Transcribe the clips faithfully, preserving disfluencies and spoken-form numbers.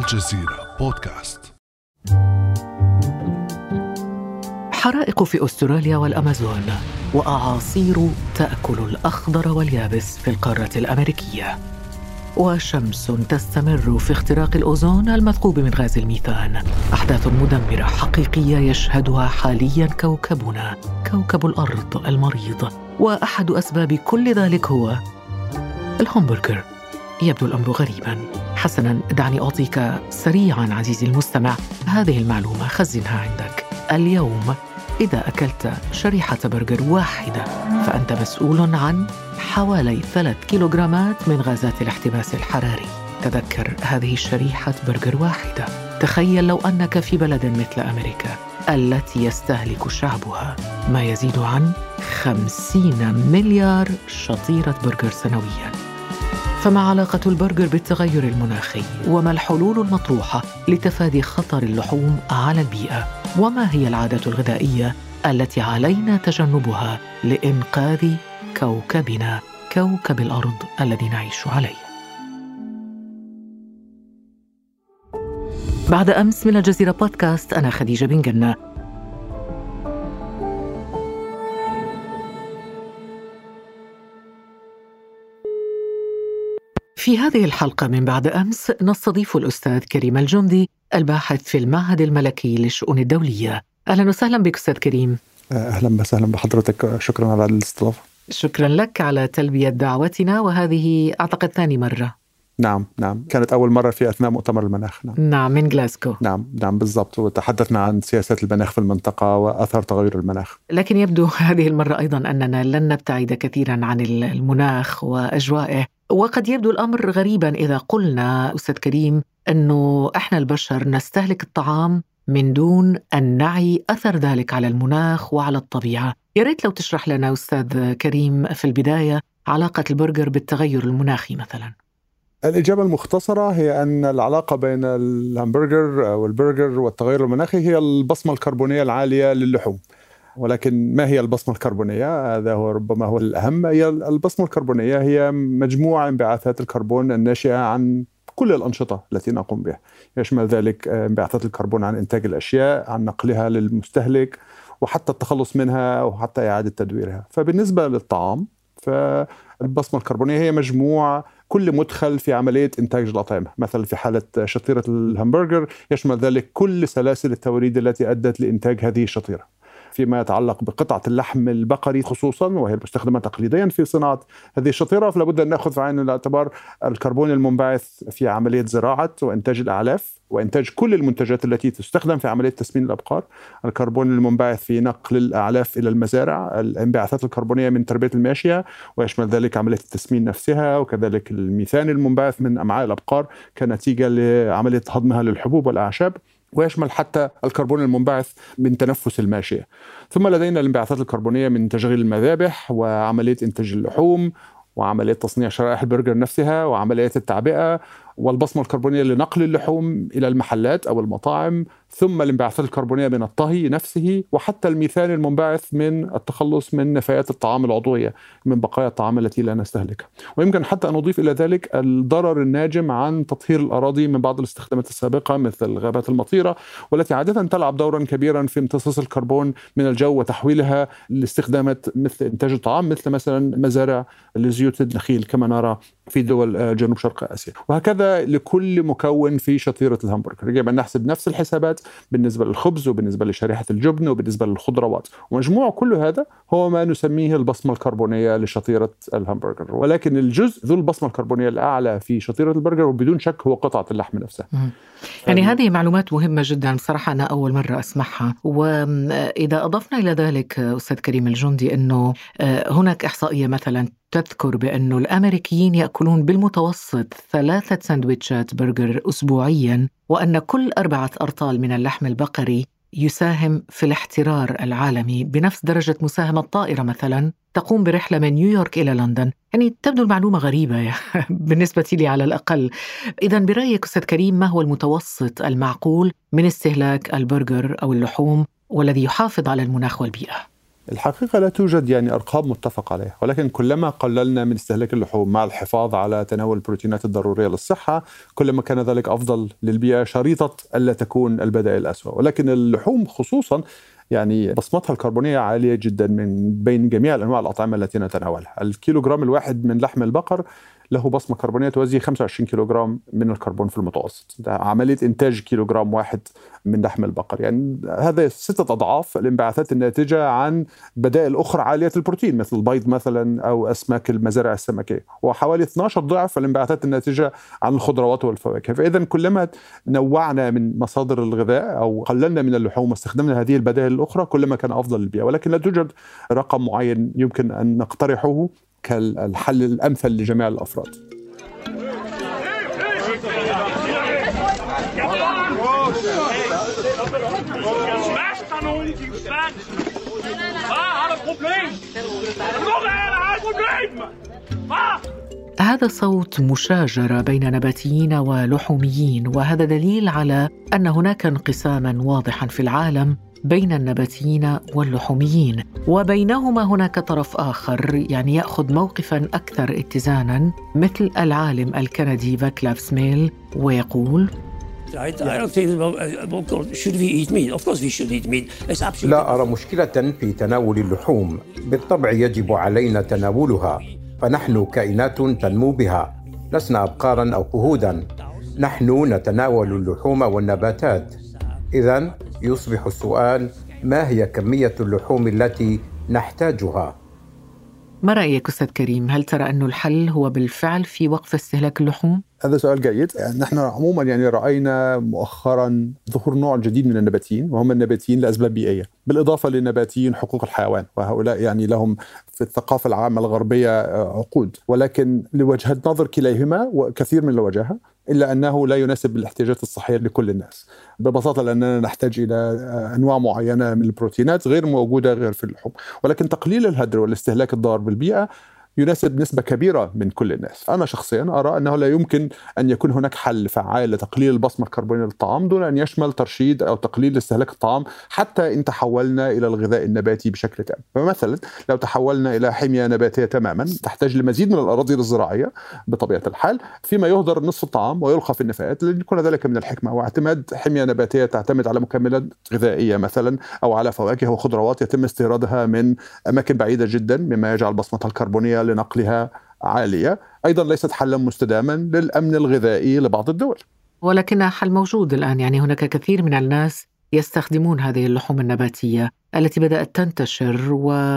الجزيرة بودكاست. حرائق في أستراليا والأمازون، وأعاصير تأكل الأخضر واليابس في القارة الأمريكية، وشمس تستمر في اختراق الأوزون المثقوب من غاز الميثان. أحداث مدمرة حقيقية يشهدها حالياً كوكبنا، كوكب الأرض المريض. وأحد أسباب كل ذلك هو الهامبرغر. يبدو الأمر غريباً. حسناً، دعني أعطيك سريعاً عزيزي المستمع هذه المعلومة، خزنها عندك. اليوم إذا أكلت شريحة برجر واحدة فأنت مسؤول عن حوالي ثلاث كيلوغرامات من غازات الاحتباس الحراري. تذكر، هذه شريحة برجر واحدة. تخيل لو أنك في بلد مثل أمريكا التي يستهلك شعبها ما يزيد عن خمسين مليار شطيرة برجر سنوياً. فما علاقة البرجر بالتغير المناخي؟ وما الحلول المطروحة لتفادي خطر اللحوم على البيئة؟ وما هي العادات الغذائية التي علينا تجنبها لإنقاذ كوكبنا، كوكب الأرض الذي نعيش عليه؟ بعد أمس من الجزيرة بودكاست، أنا خديجة بن جنة. في هذه الحلقة من بعد أمس نستضيف الأستاذ كريم الجندي، الباحث في المعهد الملكي للشؤون الدولية. أهلا وسهلا بك أستاذ كريم. أهلا وسهلا بحضرتك، شكرا على الاستضافة. شكرا لك على تلبية دعوتنا، وهذه أعتقد ثاني مرة. نعم نعم كانت أول مرة في أثناء مؤتمر المناخ. نعم, نعم من غلاسكو. نعم نعم بالضبط، وتحدثنا عن سياسات المناخ في المنطقة وأثر تغير المناخ. لكن يبدو هذه المرة أيضا أننا لن نبتعد كثيرا عن المناخ وأجوائه. وقد يبدو الأمر غريبا إذا قلنا أستاذ كريم أنه إحنا البشر نستهلك الطعام من دون أن نعي أثر ذلك على المناخ وعلى الطبيعة. يا ريت لو تشرح لنا أستاذ كريم في البداية علاقة البرجر بالتغير المناخي مثلا. الإجابة المختصرة هي أن العلاقة بين الهامبرجر والبرجر والتغير المناخي هي البصمة الكربونية العالية للحوم. ولكن ما هي البصمة الكربونية؟ هذا هو ربما هو الأهم. هي البصمة الكربونية هي مجموعة انبعاثات الكربون الناشئة عن كل الأنشطة التي نقوم بها. يشمل ذلك انبعاثات الكربون عن إنتاج الأشياء، عن نقلها للمستهلك، وحتى التخلص منها وحتى إعادة تدويرها. فبالنسبة للطعام فالبصمة الكربونية هي مجموع كل مدخل في عملية إنتاج الأطعمة. مثلا في حالة شطيرة الهامبرجر يشمل ذلك كل سلاسل التوريد التي أدت لإنتاج هذه الشطيرة. فيما يتعلق بقطعة اللحم البقري خصوصا، وهي المستخدمة تقليديا في صناعة هذه الشطيرة، فلابد أن نأخذ في عين الاعتبار الكربون المنبعث في عملية زراعة وإنتاج الأعلاف وإنتاج كل المنتجات التي تستخدم في عملية تسمين الأبقار، الكربون المنبعث في نقل الأعلاف إلى المزارع، الانبعاثات الكربونية من تربية الماشية ويشمل ذلك عملية التسمين نفسها، وكذلك الميثان المنبعث من أمعاء الأبقار كنتيجة لعملية هضمها للحبوب والأعشاب، ويشمل حتى الكربون المنبعث من تنفس الماشية. ثم لدينا الانبعاثات الكربونية من تشغيل المذابح وعملية إنتاج اللحوم وعملية تصنيع شرائح البرجر نفسها وعمليات التعبئة، والبصمة الكربونية لنقل اللحوم إلى المحلات أو المطاعم، ثم الانبعاثات الكربونية من الطهي نفسه، وحتى الميثان المنبعث من التخلص من نفايات الطعام العضوية من بقايا الطعام التي لا نستهلكها. ويمكن حتى أن نضيف إلى ذلك الضرر الناجم عن تطهير الأراضي من بعض الاستخدامات السابقة مثل الغابات المطيرة، والتي عادة تلعب دورا كبيرا في امتصاص الكربون من الجو وتحويلها لاستخدامات مثل إنتاج الطعام، مثل مثلا مزارع لزيوت النخيل كما نرى في دول جنوب شرق آسيا. وهكذا لكل مكون في شطيرة الهامبرجر يجب أن نحسب نفس الحسابات بالنسبة للخبز وبالنسبة لشريحة الجبن وبالنسبة للخضروات، ومجموع كل هذا هو ما نسميه البصمة الكربونية لشطيرة الهامبرجر. ولكن الجزء ذو البصمة الكربونية الأعلى في شطيرة البرجر وبدون شك هو قطعة اللحم نفسها. يعني هذه معلومات مهمة جدا بصراحة، أنا أول مرة أسمعها. وإذا أضفنا إلى ذلك أستاذ كريم الجندي أنه هناك إحصائية مثلا تذكر بأن الأمريكيين يأكلون بالمتوسط ثلاثة سندويتشات برجر أسبوعيا، وأن كل أربعة أرطال من اللحم البقري يساهم في الاحترار العالمي بنفس درجة مساهمة طائرة مثلا تقوم برحلة من نيويورك إلى لندن. يعني تبدو المعلومة غريبة بالنسبة لي على الأقل. إذن برأيك أستاذ كريم، ما هو المتوسط المعقول من استهلاك البرجر أو اللحوم والذي يحافظ على المناخ والبيئة؟ الحقيقة لا توجد يعني أرقام متفق عليها، ولكن كلما قللنا من استهلاك اللحوم مع الحفاظ على تناول البروتينات الضرورية للصحة كلما كان ذلك أفضل للبيئة، شريطة ألا تكون البدائل أسوأ. ولكن اللحوم خصوصا يعني بصمتها الكربونية عالية جدا من بين جميع الأنواع الأطعمة التي نتناولها. الكيلوغرام الواحد من لحم البقر له بصمة كربونية توازي خمسة وعشرين كيلوغرام من الكربون في المتوسط. ده عملية إنتاج كيلوغرام واحد من لحم البقر، يعني هذا ستة أضعاف الانبعاثات الناتجة عن بدائل أخرى عالية البروتين مثل البيض مثلا أو أسماك المزارع السمكية، وحوالي اثني عشر ضعف الانبعاثات الناتجة عن الخضروات والفواكه. فإذا كلما نوعنا من مصادر الغذاء أو قللنا من اللحوم واستخدمنا هذه البدائل الأخرى كلما كان أفضل للبيئة. ولكن لا توجد رقم معين يمكن أن نقترحه كالحل الأمثل لجميع الأفراد. هذا صوت مشاجرة بين نباتيين ولحوميين، وهذا دليل على أن هناك انقساماً واضحاً في العالم بين النباتيين واللحوميين، وبينهما هناك طرف آخر يعني يأخذ موقفاً أكثر اتزاناً مثل العالم الكندي فاكلاف سميل ويقول: لا أرى مشكلة في تناول اللحوم، بالطبع يجب علينا تناولها، فنحن كائنات تنمو بها، لسنا أبقاراً أو فهوداً، نحن نتناول اللحوم والنباتات. إذن يصبح السؤال: ما هي كمية اللحوم التي نحتاجها؟ ما رأيك أستاذ كريم؟ هل ترى أن الحل هو بالفعل في وقف استهلاك اللحوم؟ هذا سؤال جيد. يعني نحن عموما يعني رأينا مؤخرا ظهور نوع جديد من النباتيين، وهم النباتيين لأسباب بيئية، بالإضافة لنباتيين حقوق الحيوان، وهؤلاء يعني لهم في الثقافة العامة الغربية عقود، ولكن لوجهة نظر كليهما وكثير من الوجهة، إلا أنه لا يناسب الاحتياجات الصحية لكل الناس ببساطة، لأننا نحتاج إلى أنواع معينة من البروتينات غير موجودة غير في اللحوم. ولكن تقليل الهدر والاستهلاك الضار بالبيئة يناسب نسبة كبيرة من كل الناس. أنا شخصيا أرى أنه لا يمكن أن يكون هناك حل فعال لتقليل البصمة الكربونية للطعام دون أن يشمل ترشيد أو تقليل استهلاك الطعام، حتى إن تحولنا إلى الغذاء النباتي بشكل تام. فمثلا لو تحولنا إلى حمية نباتية تماما تحتاج لمزيد من الأراضي الزراعية بطبيعة الحال، فيما يهدر نصف الطعام ويلقى في النفايات، لن يكون ذلك من الحكمة. واعتماد حمية نباتية تعتمد على مكملات غذائية مثلا أو على فواكه وخضروات يتم استيرادها من أماكن بعيدة جدا، مما يجعل بصمتها الكربونية لنقلها عالية، أيضا ليست حلا مستداما للأمن الغذائي لبعض الدول. ولكنها حل موجود الآن، يعني هناك كثير من الناس يستخدمون هذه اللحوم النباتية التي بدأت تنتشر،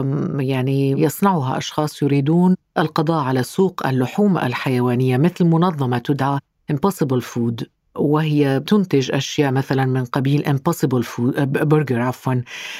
ويعني يصنعها أشخاص يريدون القضاء على سوق اللحوم الحيوانية، مثل منظمة تدعى Impossible Food، وهي تنتج أشياء مثلا من قبيل Impossible Food برجر عفوا.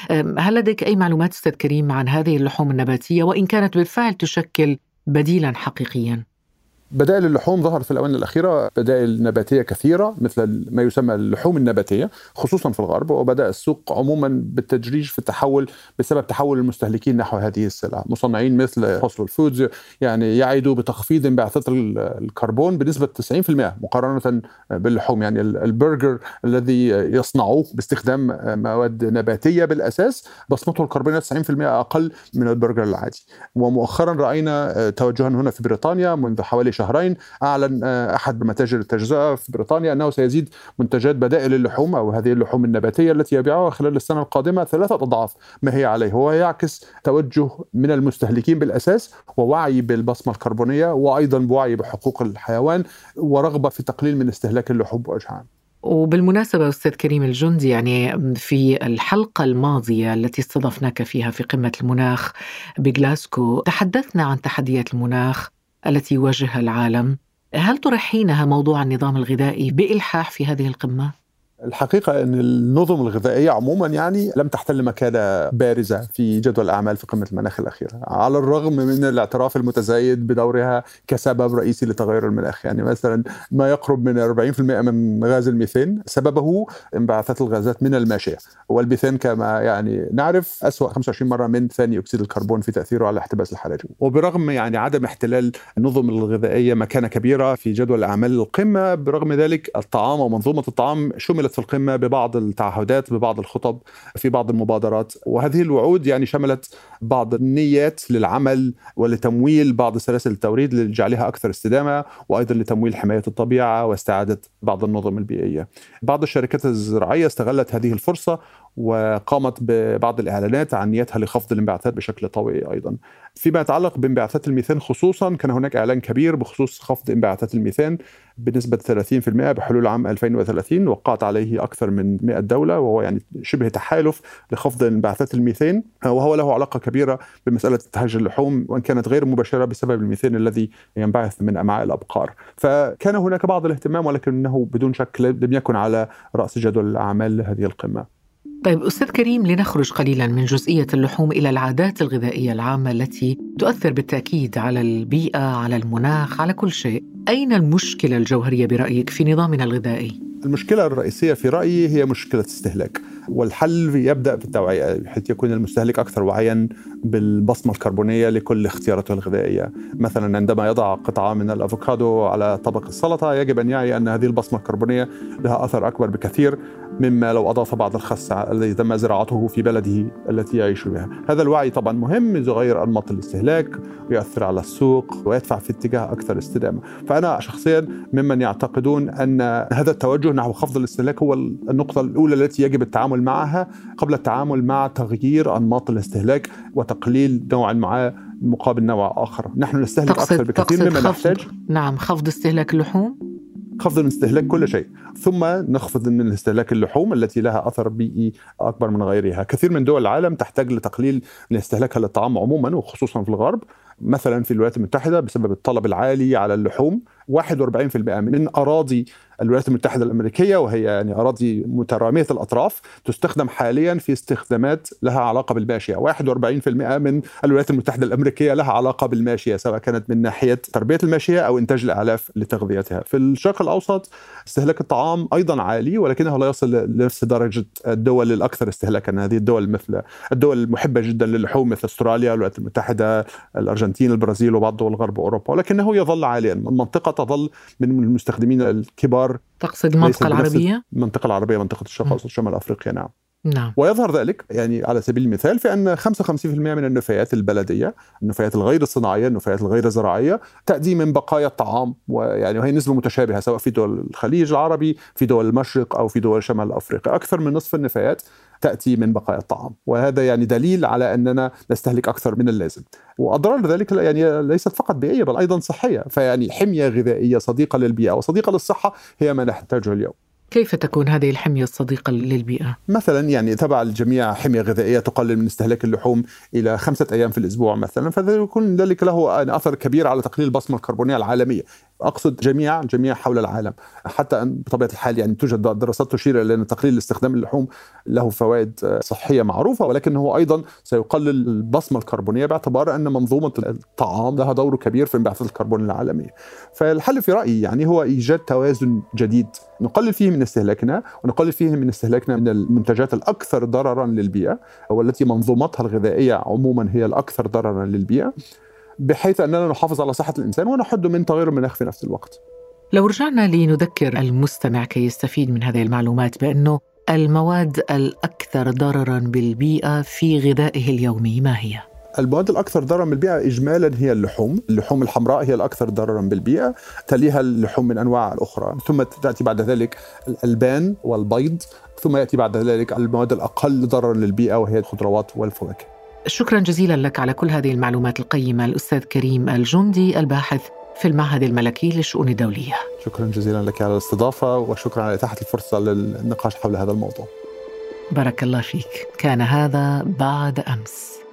هل لديك أي معلومات أستاذ كريم عن هذه اللحوم النباتية، وإن كانت بالفعل تشكل بديلا حقيقيا؟ بدائل اللحوم ظهرت في الآونة الأخيرة بدائل نباتية كثيرة مثل ما يسمى اللحوم النباتية خصوصا في الغرب، وبدأ السوق عموما بالتدريج في التحول بسبب تحول المستهلكين نحو هذه السلع. مصنعين مثل Impossible Foods يعني يعدوا بتخفيض انبعاثات الكربون بنسبة تسعين بالمئة مقارنة باللحوم. يعني البرجر الذي يصنعوه باستخدام مواد نباتية بالأساس بصمته الكربونية تسعين بالمئة أقل من البرجر العادي. ومؤخرا رأينا توجها هنا في بريطانيا منذ حوالي شهرين أعلن أحد متاجر التجزئة في بريطانيا أنه سيزيد منتجات بدائل اللحوم أو هذه اللحوم النباتية التي يبيعها خلال السنة القادمة ثلاثة أضعاف ما هي عليه. هو يعكس توجه من المستهلكين بالأساس ووعي بالبصمة الكربونية، وأيضا بوعي بحقوق الحيوان ورغبة في تقليل من استهلاك اللحوم بوجه عام. وبالمناسبة أستاذ كريم الجندي، يعني في الحلقة الماضية التي استضفناك فيها في قمة المناخ بغلاسكو تحدثنا عن تحديات المناخ التي يواجهها العالم. هل ترحينها موضوع النظام الغذائي بإلحاح في هذه القمة؟ الحقيقة أن النظم الغذائية عموما يعني لم تحتل مكانة بارزة في جدول الأعمال في قمة المناخ الأخيرة، على الرغم من الاعتراف المتزايد بدورها كسبب رئيسي لتغير المناخ. يعني مثلا ما يقرب من أربعين بالمئة من غاز الميثان سببه انبعاثات الغازات من الماشية، والميثان كما يعني نعرف أسوأ خمسة وعشرين مرة من ثاني أكسيد الكربون في تأثيره على الاحتباس الحراري. وبرغم يعني عدم احتلال النظم الغذائية مكانة كبيرة في جدول أعمال القمة، برغم ذلك الطعام ومنظومة الطعام شمل سجلت في القمة ببعض التعهدات، ببعض الخطب، في بعض المبادرات. وهذه الوعود يعني شملت بعض النيات للعمل ولتمويل بعض سلاسل التوريد لجعلها أكثر استدامة، وأيضا لتمويل حماية الطبيعة واستعادة بعض النظم البيئية. بعض الشركات الزراعية استغلت هذه الفرصة وقامت ببعض الإعلانات عن نيتها لخفض الانبعاثات بشكل طويل. أيضا فيما يتعلق بانبعاثات الميثان خصوصا، كان هناك إعلان كبير بخصوص خفض انبعاثات الميثان بنسبة ثلاثين بالمئة بحلول عام ألفين وثلاثين، وقعت عليه أكثر من مئة دولة، وهو يعني شبه تحالف لخفض انبعاثات الميثان، وهو له علاقة كبيرة بمسألة انتهاج اللحوم، وإن كانت غير مباشرة بسبب الميثان الذي ينبعث من أمعاء الأبقار. فكان هناك بعض الاهتمام، ولكنه بدون شك لم يكن على رأس جدول الأعمال لهذه القمة. طيب أستاذ كريم، لنخرج قليلا من جزئية اللحوم إلى العادات الغذائية العامة التي تؤثر بالتأكيد على البيئة، على المناخ، على كل شيء. أين المشكلة الجوهرية برأيك في نظامنا الغذائي؟ المشكلة الرئيسية في رأيي هي مشكلة استهلاك، والحل يبدأ بالتوعية بحيث يكون المستهلك أكثر وعيا بالبصمة الكربونية لكل اختياراته الغذائية. مثلا عندما يضع قطعة من الأفوكادو على طبق السلطة يجب أن يعي أن هذه البصمة الكربونية لها أثر أكبر بكثير مما لو أضاف بعض الخس الذي تم زراعته في بلده التي يعيش بها. هذا الوعي طبعا مهم، يغير أنماط الاستهلاك ويؤثر على السوق ويدفع في اتجاه أكثر استدامة. فأنا شخصيا ممن يعتقدون أن هذا التوجه نحو خفض الاستهلاك هو النقطة الأولى التي يجب التعامل معها قبل التعامل مع تغيير أنماط الاستهلاك وتقليل نوع ما مقابل نوع آخر. نحن نستهلك أكثر بكثير مما نحتاج. نعم، خفض استهلاك اللحوم، خفض من استهلاك كل شيء، ثم نخفض من استهلاك اللحوم التي لها أثر بيئي أكبر من غيرها. كثير من دول العالم تحتاج لتقليل من استهلاكها للطعام عموما، وخصوصا في الغرب. مثلا في الولايات المتحدة بسبب الطلب العالي على اللحوم واحد وأربعين بالمئة من أراضي الولايات المتحدة الأمريكية، وهي يعني أراضي مترامية الأطراف، تستخدم حاليا في استخدامات لها علاقة بالماشية. واحد وأربعين بالمئة من الولايات المتحدة الأمريكية لها علاقة بالماشية، سواء كانت من ناحية تربية الماشية أو إنتاج الأعلاف لتغذيتها. في الشرق الأوسط استهلاك الطعام أيضا عالي، ولكنه لا يصل لنفس درجة الدول الأكثر استهلاكا. هذه الدول مثل الدول المحبة جدا للحوم مثل أستراليا، الولايات المتحدة، الأرجنتين، البرازيل، وبعض دول غرب أوروبا، ولكنه يظل عاليا. المنطقة تظل من المستخدمين الكبار. تقصد المنطقة العربية؟ المنطقة العربية، منطقة الشرق الأوسط، شمال أفريقيا. نعم. نعم. ويظهر ذلك يعني على سبيل المثال في أن خمسة وخمسين بالمئة من النفايات البلدية، النفايات الغير صناعية، النفايات الغير زراعية، تأتي من بقايا الطعام، ويعني وهي نسبة متشابهة سواء في دول الخليج العربي، في دول المشرق، أو في دول شمال أفريقيا. أكثر من نصف النفايات تأتي من بقايا الطعام، وهذا يعني دليل على أننا نستهلك أكثر من اللازم. وأضرار ذلك يعني ليست فقط بيئية بل أيضا صحية. فيعني حمية غذائية صديقة للبيئة وصديقة للصحة هي ما نحتاجه اليوم. كيف تكون هذه الحمية الصديقة للبيئة؟ مثلا يعني تبع الجميع حمية غذائية تقلل من استهلاك اللحوم إلى خمسة أيام في الأسبوع مثلا، فذلك يكون ذلك له أثر كبير على تقليل البصمة الكربونية العالمية. أقصد جميع جميع حول العالم، حتى أن بطبيعة الحال يعني توجد دراسات تشير إلى أن تقليل استخدام اللحوم له فوائد صحية معروفة، ولكنه أيضا سيقلل البصمة الكربونية باعتبار أن منظومة الطعام لها دور كبير في انبعاثات الكربون العالمية. فالحل في رأيي يعني هو إيجاد توازن جديد نقلل فيه من استهلاكنا ونقلل فيه من استهلاكنا من المنتجات الأكثر ضررا للبيئة، والتي منظومتها الغذائية عموما هي الأكثر ضررا للبيئة، بحيث أننا نحافظ على صحة الإنسان ونحد من تغير المناخ في نفس الوقت. لو رجعنا لنذكر المستمع كي يستفيد من هذه المعلومات بأنه المواد الأكثر ضرراً بالبيئة في غذائه اليومي ما هي؟ المواد الأكثر ضرراً بالبيئة إجمالاً هي اللحوم. اللحوم الحمراء هي الأكثر ضرراً بالبيئة، تليها اللحوم من أنواع الأخرى، ثم تأتي بعد ذلك الألبان والبيض، ثم يأتي بعد ذلك المواد الأقل ضرراً للبيئة وهي الخضروات والفواكه. شكراً جزيلاً لك على كل هذه المعلومات القيمة الأستاذ كريم الجندي، الباحث في المعهد الملكي للشؤون الدولية. شكراً جزيلاً لك على الاستضافة، وشكراً على إتاحة الفرصة للنقاش حول هذا الموضوع. بارك الله فيك. كان هذا بعد أمس.